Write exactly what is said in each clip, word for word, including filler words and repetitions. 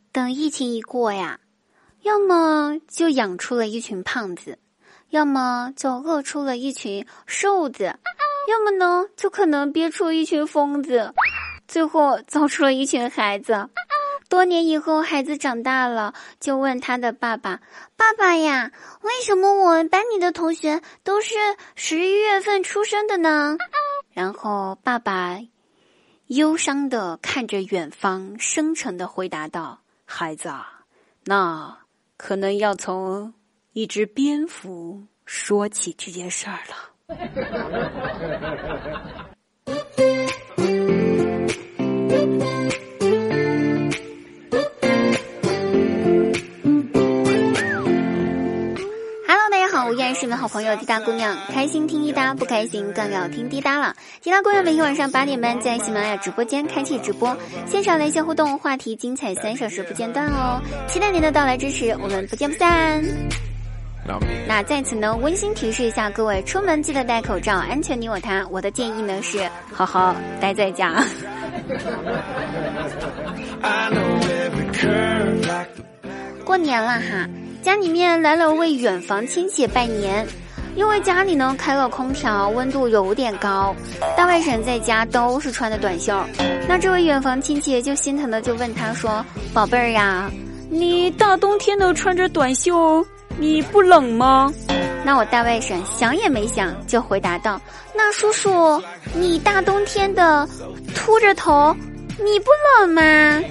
等疫情一过呀，要么就养出了一群胖子，要么就饿出了一群瘦子，要么呢就可能憋出了一群疯子，最后造出了一群孩子。多年以后，孩子长大了，就问他的爸爸：爸爸呀，为什么我班里的同学都是十一月份出生的呢？然后爸爸忧伤地看着远方，深沉地回答道：孩子啊，那可能要从一只蝙蝠说起这件事儿了。我依然是你们好朋友滴答姑娘，开心听滴答，不开心更要听滴答了。滴答姑娘每天晚上八点半在喜马拉雅直播间开启直播，现场连线互动，话题精彩三小时不间断哦，期待您的到来支持，我们不见不散。那在此呢，温馨提示一下各位，出门记得戴口罩，安全你我他。我的建议呢是好好待在家。过年了哈，家里面来了位远房亲戚拜年，因为家里呢开了空调，温度有点高，大外甥在家都是穿的短袖。那这位远房亲戚就心疼的就问他说：宝贝儿呀，你大冬天的穿着短袖，你不冷吗？那我大外甥想也没想就回答道：那叔叔，你大冬天的秃着头，你不冷吗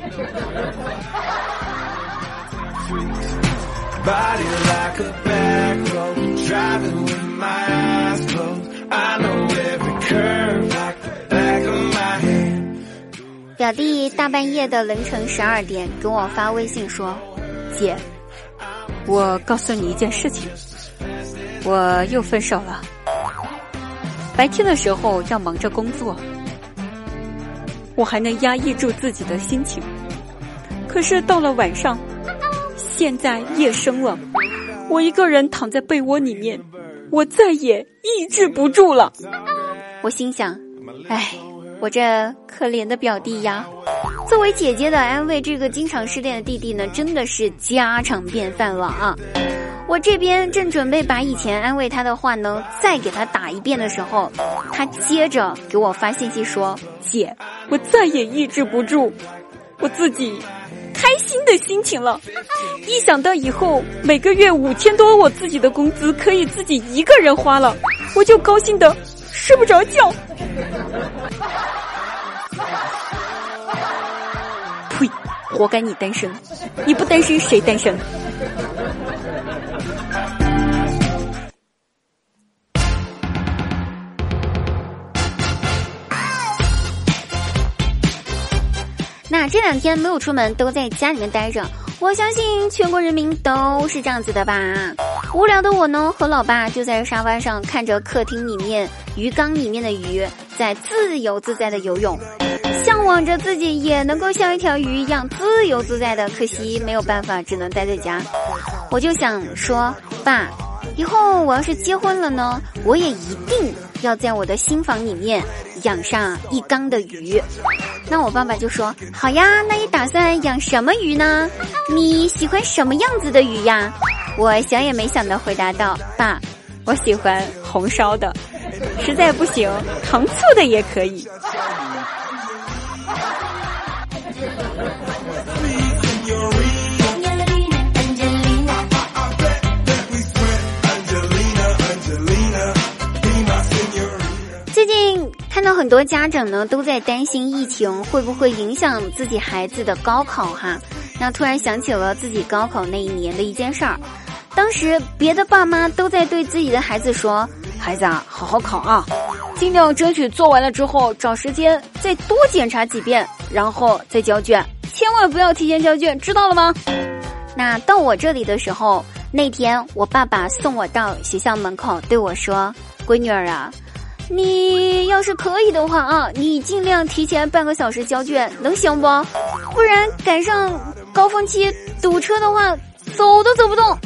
？Body like a back road, driving with my eyes closed. I know every curve like the back of my hand. 表弟大半夜的凌晨十二点给我发微信说：姐，我告诉你一件事情，我又分手了。白天的时候要忙着工作，我还能压抑住自己的心情，可是到了晚上，现在夜深了，我一个人躺在被窝里面，我再也抑制不住了。我心想，哎，我这可怜的表弟呀。作为姐姐的安慰这个经常失恋的弟弟呢，真的是家常便饭了啊。我这边正准备把以前安慰他的话呢再给他打一遍的时候，他接着给我发信息说：姐，我再也抑制不住我自己开心的心情了，一想到以后每个月五千多我自己的工资可以自己一个人花了，我就高兴的睡不着觉。呸，活该你单身，你不单身谁单身？那这两天没有出门，都在家里面待着，我相信全国人民都是这样子的吧。无聊的我呢，和老爸就在沙发上看着客厅里面鱼缸里面的鱼在自由自在的游泳，向往着自己也能够像一条鱼一样自由自在的，可惜没有办法，只能待在家。我就想说，爸，以后我要是结婚了呢，我也一定要在我的新房里面养上一缸的鱼。那我爸爸就说：好呀，那你打算养什么鱼呢？你喜欢什么样子的鱼呀？我想也没想的回答道：爸，我喜欢红烧的，实在不行糖醋的也可以。最近看到很多家长呢都在担心疫情会不会影响自己孩子的高考哈，那突然想起了自己高考那一年的一件事儿。当时别的爸妈都在对自己的孩子说：孩子啊，好好考啊，尽量争取做完了之后找时间再多检查几遍，然后再交卷，千万不要提前交卷，知道了吗？那到我这里的时候，那天我爸爸送我到学校门口对我说：闺女儿啊，你要是可以的话啊，你尽量提前半个小时交卷，能行不？不然赶上高峰期堵车的话，走都走不动。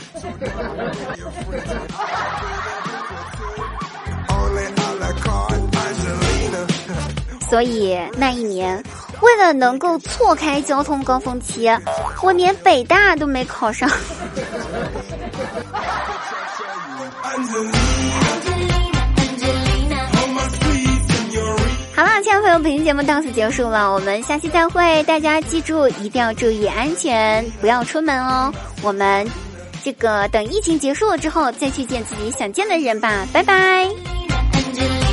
所以那一年为了能够错开交通高峰期，我连北大都没考上。好了，亲爱的朋友，本期节目到此结束了，我们下期再会。大家记住，一定要注意安全，不要出门哦。我们这个等疫情结束了之后，再去见自己想见的人吧，拜拜。